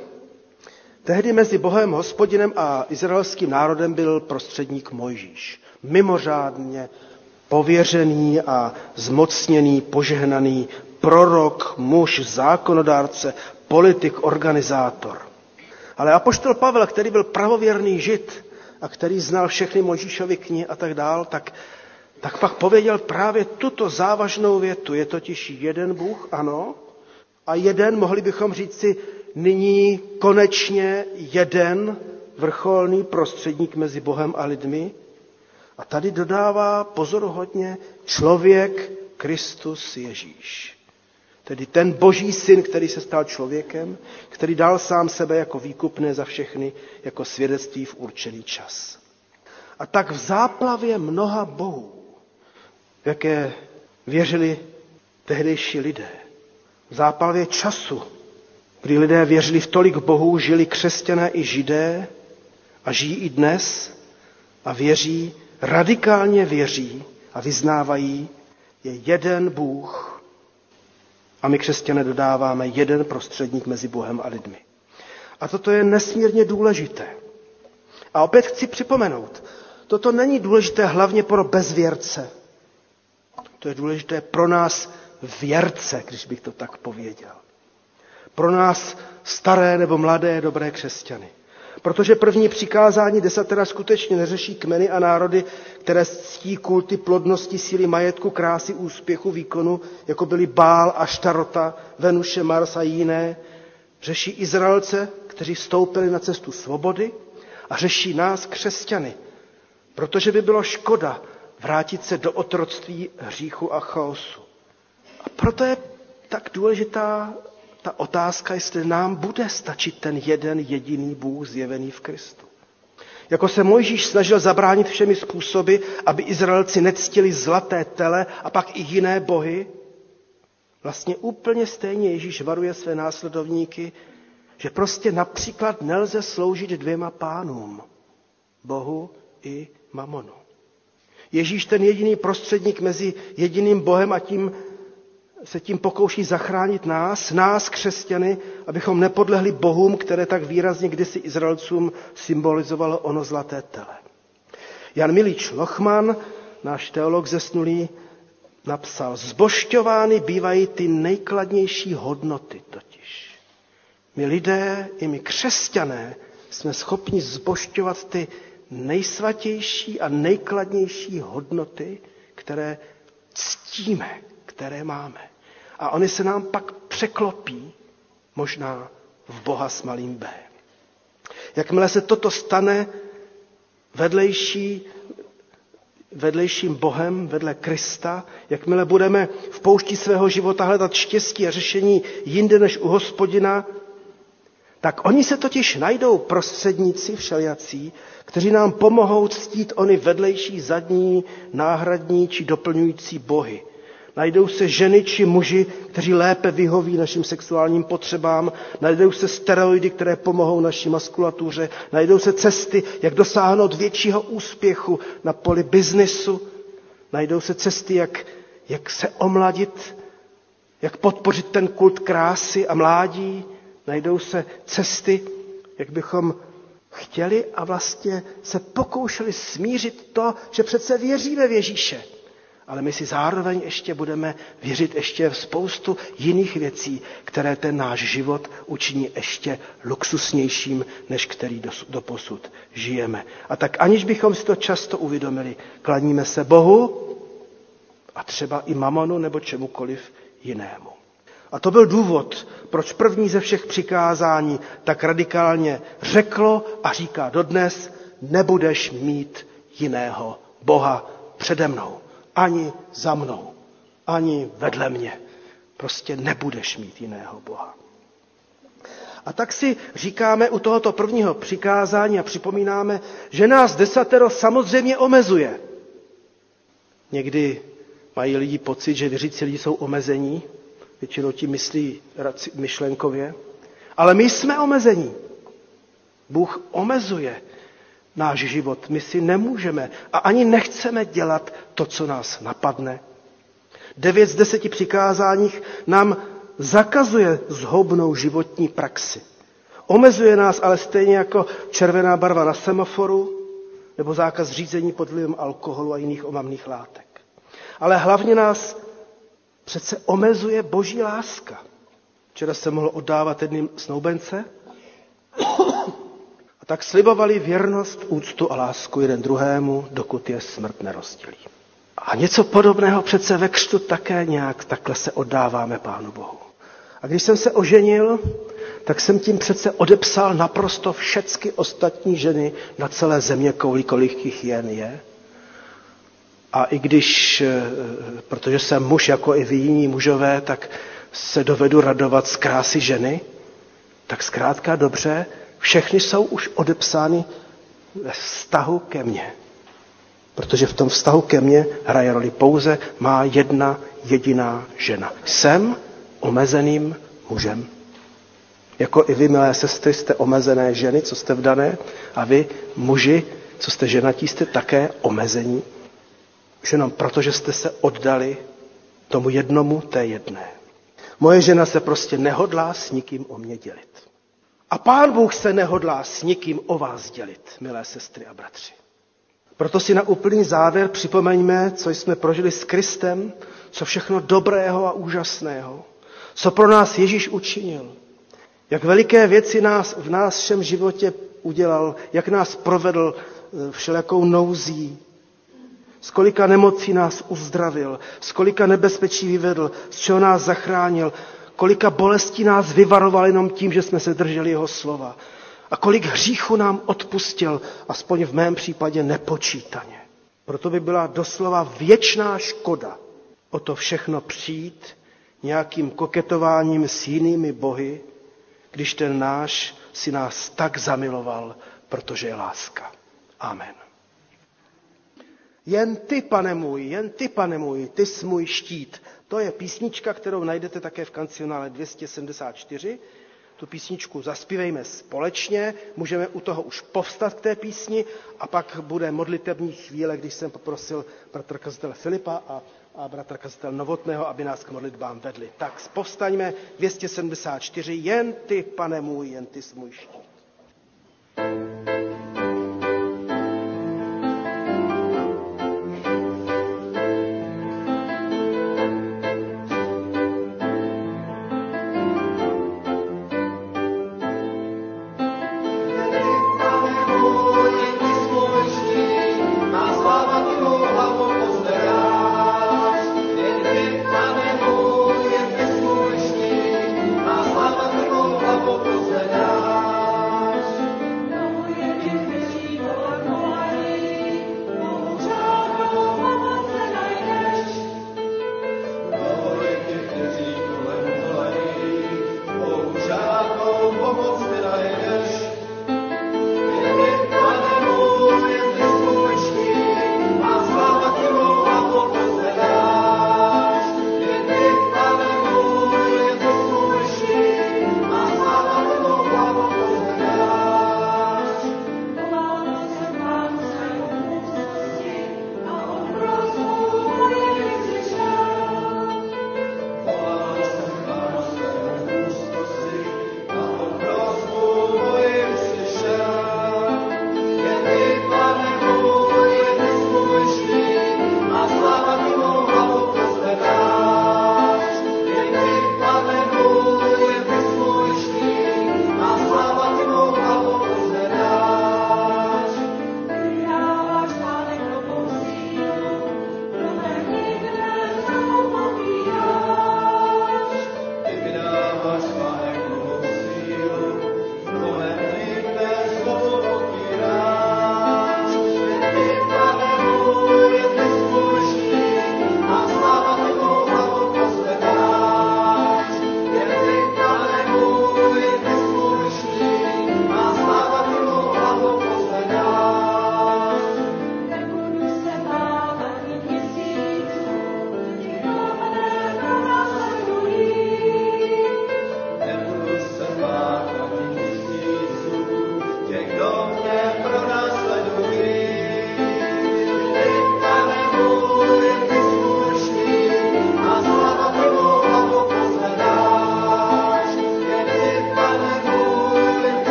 tehdy mezi Bohem, Hospodinem a izraelským národem byl prostředník Mojžíš. Mimořádně pověřený a zmocněný, požehnaný prorok, muž, zákonodárce, politik, organizátor. Ale apoštol Pavel, který byl pravověrný Žid a který znal všechny Mojžíšovy knihy a tak dál, tak, tak pak pověděl právě tuto závažnou větu. Je totiž jeden Bůh, ano, a jeden, mohli bychom říci, nyní konečně jeden vrcholný prostředník mezi Bohem a lidmi. A tady dodává pozoruhodně člověk Kristus Ježíš. Tedy ten boží syn, který se stal člověkem, který dal sám sebe jako výkupné za všechny, jako svědectví v určený čas. A tak v záplavě mnoha bohů, v jaké věřili tehdejší lidé, v záplavě času, kdy lidé věřili v tolik bohů, žili křesťané i židé a žijí i dnes a věří, radikálně věří a vyznávají, je jeden Bůh, a my křesťané dodáváme jeden prostředník mezi Bohem a lidmi. A toto je nesmírně důležité. A opět chci připomenout, toto není důležité hlavně pro bezvěrce. To je důležité pro nás věrce, když bych to tak pověděl. Pro nás staré nebo mladé dobré křesťany. Protože první přikázání desatera skutečně neřeší kmeny a národy, které ctí kulty plodnosti, síly majetku, krásy, úspěchu, výkonu, jako byly Bál, Aštarota, Venuše, Mars a jiné. Řeší Izraelce, kteří vstoupili na cestu svobody, a řeší nás, křesťany, protože by bylo škoda vrátit se do otroctví, hříchu a chaosu. A proto je tak důležitá ta otázka, jestli nám bude stačit ten jeden jediný Bůh zjevený v Kristu. Jako se Mojžíš snažil zabránit všemi způsoby, aby Izraelci nectili zlaté tele a pak i jiné bohy, vlastně úplně stejně Ježíš varuje své následovníky, že prostě například nelze sloužit dvěma pánům, Bohu i mamonu. Ježíš, ten jediný prostředník mezi jediným Bohem a tím se tím pokouší zachránit nás, nás křesťany, abychom nepodlehli bohům, které tak výrazně kdysi Izraelcům symbolizovalo ono zlaté tele. Jan Milič Lochman, náš teolog zesnulý, napsal, zbožťovány bývají ty nejkladnější hodnoty totiž. My lidé, i my křesťané, jsme schopni zbožťovat ty nejsvatější a nejkladnější hodnoty, které ctíme, které máme. A oni se nám pak překlopí možná v Boha s malým B. Jakmile se toto stane, vedlejší vedlejším Bohem, vedle Krista, jakmile budeme v poušti svého života hledat štěstí a řešení jinde než u Hospodina, tak oni se totiž najdou prostředníci všelijací, kteří nám pomohou ctít ony vedlejší, zadní, náhradní či doplňující bohy. Najdou se ženy či muži, kteří lépe vyhoví našim sexuálním potřebám, najdou se steroidy, které pomohou naší maskulatuře, najdou se cesty, jak dosáhnout většího úspěchu na poli biznisu, najdou se cesty, jak, jak se omladit, jak podpořit ten kult krásy a mládí, najdou se cesty, jak bychom chtěli a vlastně se pokoušeli smířit to, že přece věříme v Ježíše. Ale my si zároveň ještě budeme věřit ještě v spoustu jiných věcí, které ten náš život učiní ještě luxusnějším, než který doposud žijeme. A tak aniž bychom si to často uvědomili, klaníme se Bohu a třeba i mamonu nebo čemukoliv jinému. A to byl důvod, proč první ze všech přikázání tak radikálně řeklo a říká dodnes, nebudeš mít jiného Boha přede mnou. Ani za mnou, ani vedle mě. Prostě nebudeš mít jiného Boha. A tak si říkáme u tohoto prvního přikázání a připomínáme, že nás desatero samozřejmě omezuje. Někdy mají lidi pocit, že věřící lidi jsou omezení, většinou tím myslí myšlenkově, ale my jsme omezení. Bůh omezuje náš život. My si nemůžeme a ani nechceme dělat to, co nás napadne. Devět z deseti přikázáních nám zakazuje zhoubnou životní praxi. Omezuje nás ale stejně jako červená barva na semaforu nebo zákaz řízení pod vlivem alkoholu a jiných omamných látek. Ale hlavně nás přece omezuje Boží láska. Včera se mohl oddávat jedním snoubence, a tak slibovali věrnost, úctu a lásku jeden druhému, dokud je smrt nerozdělí. A něco podobného přece ve křtu také nějak takhle se oddáváme Pánu Bohu. A když jsem se oženil, tak jsem tím přece odepsal naprosto všechny ostatní ženy na celé země kouli, kolik jich jen je. A i když, protože jsem muž jako i vy jiní mužové, tak se dovedu radovat z krásy ženy, tak zkrátka dobře, všechny jsou už odepsány ve vztahu ke mně. Protože v tom vztahu ke mně hraje roli pouze má jedna jediná žena. Jsem omezeným mužem. Jako i vy, milé sestry, jste omezené ženy, co jste vdané, a vy, muži, co jste ženatí, jste také omezení. Už jenom proto, že jste se oddali tomu jednomu té jedné. Moje žena se prostě nehodlá s nikým o mě dělit. A Pán Bůh se nehodlá s nikým o vás dělit, milé sestry a bratři. Proto si na úplný závěr připomeňme, co jsme prožili s Kristem, co všechno dobrého a úžasného, co pro nás Ježíš učinil, jak veliké věci nás v našem životě udělal, jak nás provedl všelijakou nouzí, z kolika nemocí nás uzdravil, z kolika nebezpečí vyvedl, z čeho nás zachránil, kolika bolestí nás vyvaroval jenom tím, že jsme se drželi jeho slova. A kolik hříchu nám odpustil, aspoň v mém případě nepočítaně. Proto by byla doslova věčná škoda o to všechno přijít nějakým koketováním s jinými bohy, když ten náš si nás tak zamiloval, protože je láska. Amen. Jen ty, Pane můj, jen ty, Pane můj, ty jsi můj štít. To je písnička, kterou najdete také v kancionále dvě stě sedmdesát čtyři. Tu písničku zaspívejme společně, můžeme u toho už povstat k té písni a pak bude modlitební chvíle, když jsem poprosil bratra kazatele Filipa a, a bratra kazatele Novotného, aby nás k modlitbám vedli. Tak povstaňme, dvě stě sedmdesát čtyři, jen ty, Pane můj, jen ty jsi můj štít. Má sláva tvou hlavu pozvedá.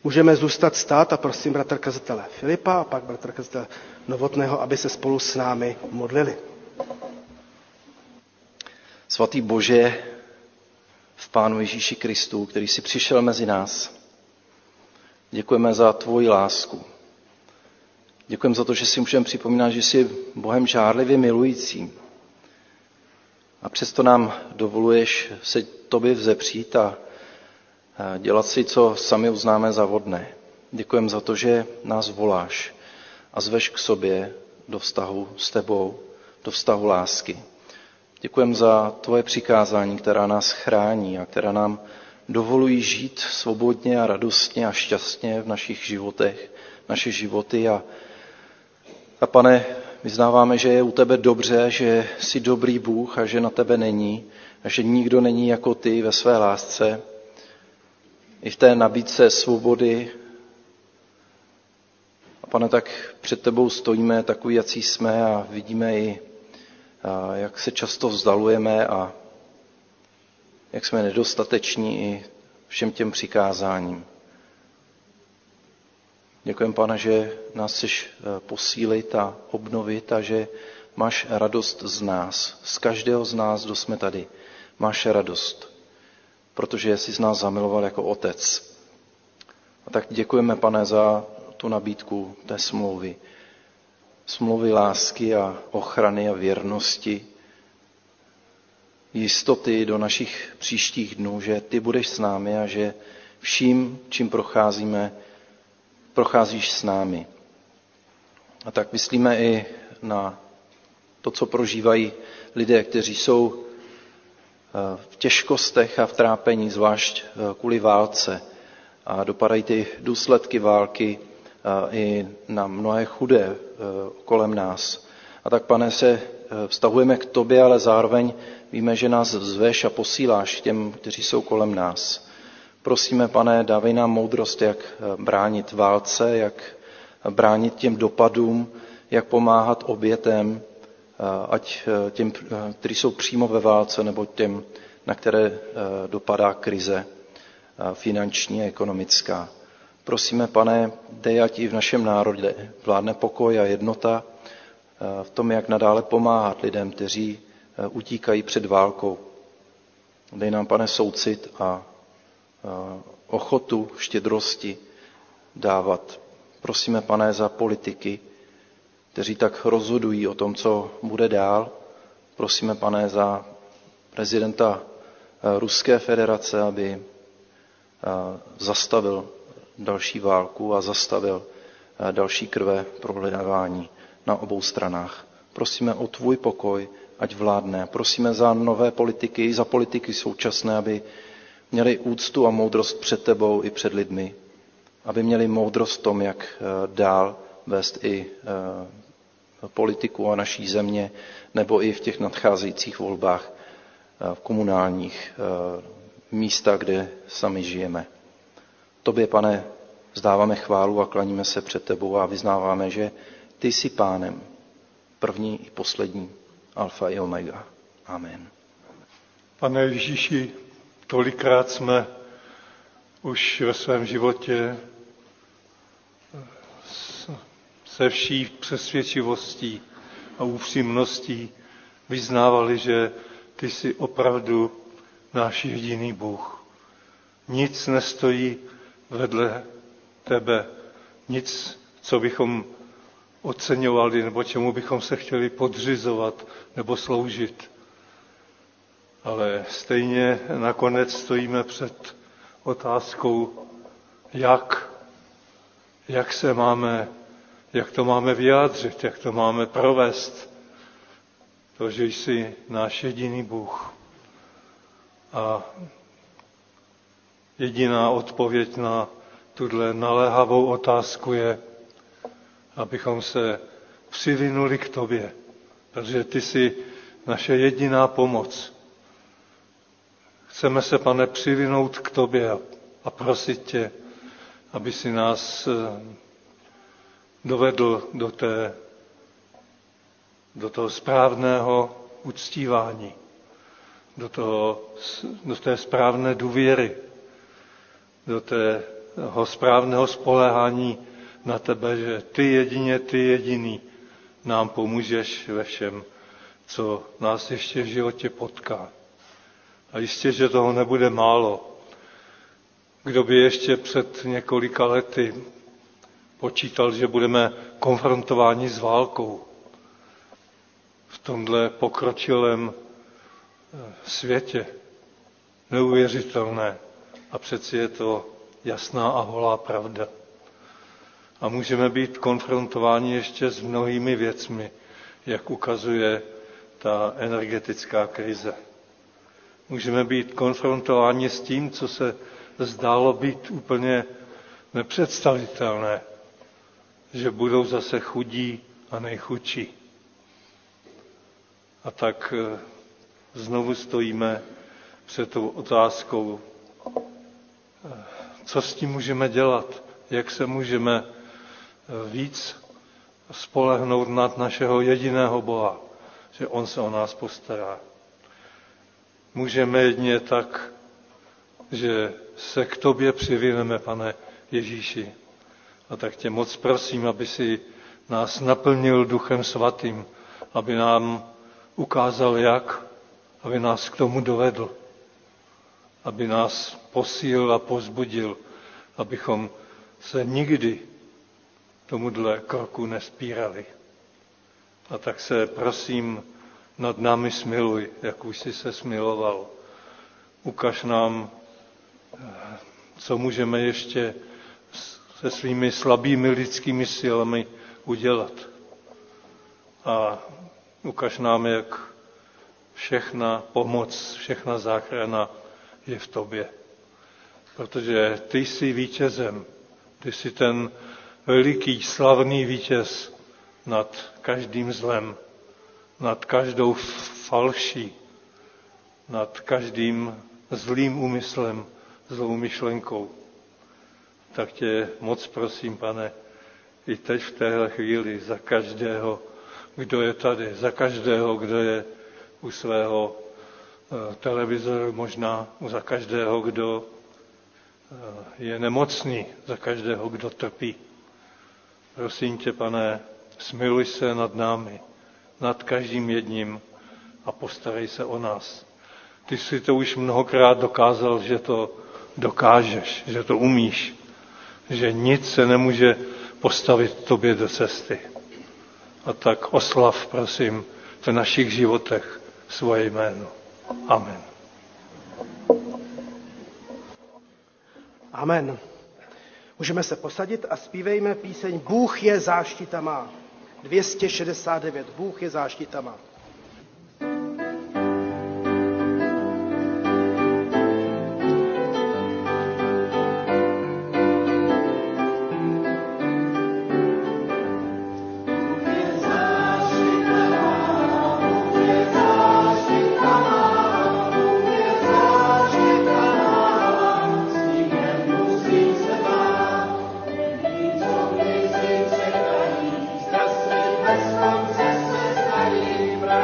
Můžeme zůstat stát a prosím bratra kazatele Filipa a pak bratra kazatele Novotného, aby se spolu s námi modlili. Svatý Bože, v Pánu Ježíši Kristu, který jsi přišel mezi nás, děkujeme za tvoji lásku. Děkujeme za to, že si můžeme připomínat, že jsi Bohem žárlivě milujícím. A přesto nám dovoluješ se tobě vzepřít a dělat si, co sami uznáme za vhodné. Děkujeme za to, že nás voláš a zveš k sobě do vztahu s tebou, do vztahu lásky. Děkujeme za tvoje přikázání, která nás chrání a která nám dovolují žít svobodně a radostně a šťastně v našich životech, naše životy. A, a pane, vyznáváme, že je u tebe dobře, že jsi dobrý Bůh a že na tebe není a že nikdo není jako ty ve své lásce. I v té nabídce svobody. A pane, tak před tebou stojíme takový, jací jsme a vidíme i, a jak se často vzdalujeme a jak jsme nedostateční i všem těm přikázáním. Děkujeme, Pane, že nás chceš posílit a obnovit a že máš radost z nás, z každého z nás, kdo jsme tady. Máš radost, protože jsi z nás zamiloval jako otec. A tak děkujeme, Pane, za tu nabídku té smlouvy. Smlouvy lásky a ochrany a věrnosti, jistoty do našich příštích dnů, že ty budeš s námi a že vším, čím procházíme, procházíš s námi. A tak myslíme i na to, co prožívají lidé, kteří jsou v těžkostech a v trápení, zvlášť kvůli válce. A dopadají ty důsledky války i na mnohé chudé kolem nás. A tak, Pane, se vztahujeme k tobě, ale zároveň víme, že nás zveš a posíláš těm, kteří jsou kolem nás. Prosíme, Pane, dávej nám moudrost, jak bránit válce, jak bránit těm dopadům, jak pomáhat obětem, ať těm, kteří jsou přímo ve válce, nebo těm, na které dopadá krize finanční a ekonomická. Prosíme, Pane, dej, ať i v našem národě vládne pokoj a jednota v tom, jak nadále pomáhat lidem, kteří utíkají před válkou. Dej nám, Pane, soucit a ochotu, štědrosti dávat. Prosíme, Pane, za politiky, kteří tak rozhodují o tom, co bude dál. Prosíme, Pane, za prezidenta Ruské federace, aby zastavil další válku a zastavil další krve prohledávání na obou stranách. Prosíme o tvůj pokoj, ať vládne. Prosíme za nové politiky, za politiky současné, aby měli úctu a moudrost před tebou i před lidmi. Aby měli moudrost v tom, jak dál vést i politiku a naší země, nebo i v těch nadcházejících volbách v komunálních místech, kde sami žijeme. Tobě, Pane, vzdáváme chválu a klaníme se před tebou a vyznáváme, že ty jsi Pánem, první i poslední, alfa i omega. Amen. Pane Ježíši, tolikrát jsme už ve svém životě se vší přesvědčivostí a upřímností vyznávali, že ty jsi opravdu náš jediný Bůh. Nic nestojí vedle tebe, nic, co bychom oceňovali nebo čemu bychom se chtěli podřizovat nebo sloužit. Ale stejně nakonec stojíme před otázkou, jak, jak se máme, jak to máme vyjádřit, jak to máme provést. To, že jsi náš jediný Bůh. A jediná odpověď na tuhle naléhavou otázku je, abychom se přivinuli k tobě, protože ty jsi naše jediná pomoc. Chceme se, Pane, přivinout k tobě a prosit tě, aby si nás dovedl do, té, do toho správného uctívání, do, toho, do té správné důvěry, do té správného spoléhání na tebe, že ty jedině, ty jediný nám pomůžeš ve všem, co nás ještě v životě potká. A jistě, že toho nebude málo. Kdo by ještě před několika lety počítal, že budeme konfrontováni s válkou v tomhle pokročilém světě. Neuvěřitelné. A přeci je to jasná a holá pravda. A můžeme být konfrontováni ještě s mnohými věcmi, jak ukazuje ta energetická krize. Můžeme být konfrontováni s tím, co se zdálo být úplně nepředstavitelné, že budou zase chudí a nejchudší. A tak znovu stojíme před tou otázkou, co s tím můžeme dělat, jak se můžeme víc spolehnout nad našeho jediného Boha, že on se o nás postará. Můžeme jedině tak, že se k tobě přivineme, Pane Ježíši. A tak tě moc prosím, aby si nás naplnil Duchem Svatým, aby nám ukázal jak, aby nás k tomu dovedl, aby nás posílil a povzbudil, abychom se nikdy tomuhle kroku nespírali. A tak se prosím nad námi smiluj, jak už jsi se smiloval. Ukaž nám, co můžeme ještě se svými slabými lidskými silami udělat. A ukaž nám, jak všechna pomoc, všechna záchrana je v tobě. Protože ty jsi vítězem, ty jsi ten veliký, slavný vítěz nad každým zlem, nad každou falší, nad každým zlým úmyslem, zlou myšlenkou. Tak tě moc prosím, Pane, i teď v téhle chvíli za každého, kdo je tady, za každého, kdo je u svého televizoru, možná za každého, kdo je nemocný, za každého, kdo trpí. Prosím tě, Pane, smiluj se nad námi, nad každým jedním a postarej se o nás. Ty jsi to už mnohokrát dokázal, že to dokážeš, že to umíš, že nic se nemůže postavit tobě do cesty. A tak oslav, prosím, v našich životech svoje jméno. Amen. Amen. Můžeme se posadit a zpívejme píseň Bůh je záštita má. dvě stě šedesát devět. Bůh je záštita má. Bez konce se stají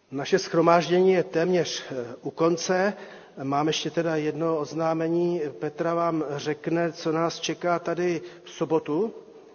Naše shromáždění je téměř u konce. Mám ještě teda jedno oznámení. Petra vám řekne, co nás čeká tady v sobotu.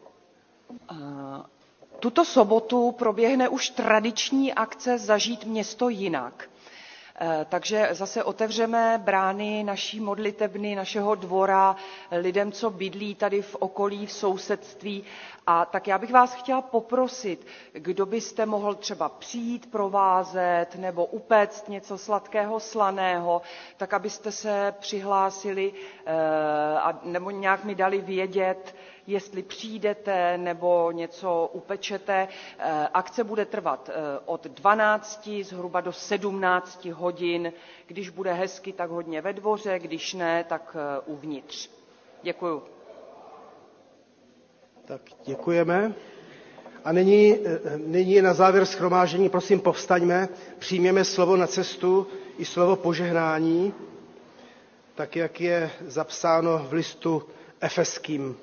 Tuto sobotu proběhne už tradiční akce Zažít město jinak. Takže zase otevřeme brány naší modlitebny, našeho dvora, lidem, co bydlí tady v okolí, v sousedství. A tak já bych vás chtěla poprosit, kdo byste mohl třeba přijít provázet nebo upéct něco sladkého, slaného, tak abyste se přihlásili a nebo nějak mi dali vědět, jestli přijdete nebo něco upečete. Akce bude trvat od dvanácti zhruba do sedmnácti hodin. Když bude hezky, tak hodně ve dvoře, když ne, tak uvnitř. Děkuju. Tak děkujeme. A nyní, nyní na závěr shromáždění, prosím, povstaňme, přijměme slovo na cestu i slovo požehnání, tak jak je zapsáno v listu Efeským.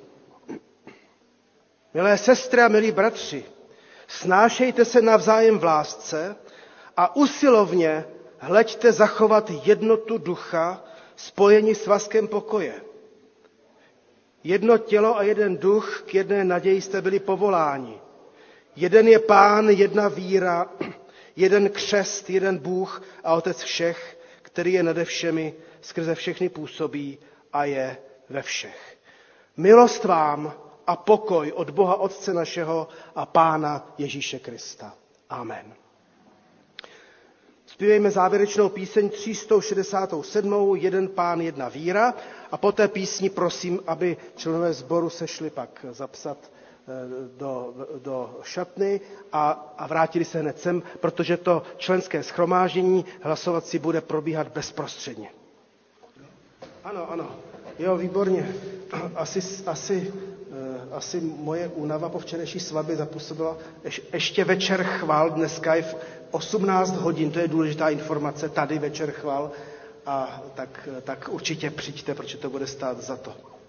Milé sestry a milí bratři, snášejte se navzájem v lásce a usilovně hleďte zachovat jednotu ducha, spojení svazkem pokoje. Jedno tělo a jeden duch, k jedné naději jste byli povoláni. Jeden je Pán, jedna víra, jeden křest, jeden Bůh a Otec všech, který je nade všemi, skrze všechny působí a je ve všech. Milost vám a pokoj od Boha Otce našeho a Pána Ježíše Krista. Amen. Zpívejme závěrečnou píseň tři sta šedesát sedm. Jeden Pán, jedna víra. A po té písni prosím, aby členové sboru se šli pak zapsat do, do šatny a, a vrátili se hned sem, protože to členské shromáždění hlasovací bude probíhat bezprostředně. Ano, ano. Jo, výborně. Asi, asi, asi moje únava po včerejší svatbě zapůsobila. Ještě večer chvál, dneska je v osmnáct hodin, to je důležitá informace, tady večer chvál, a tak, tak určitě přijďte, protože to bude stát za to.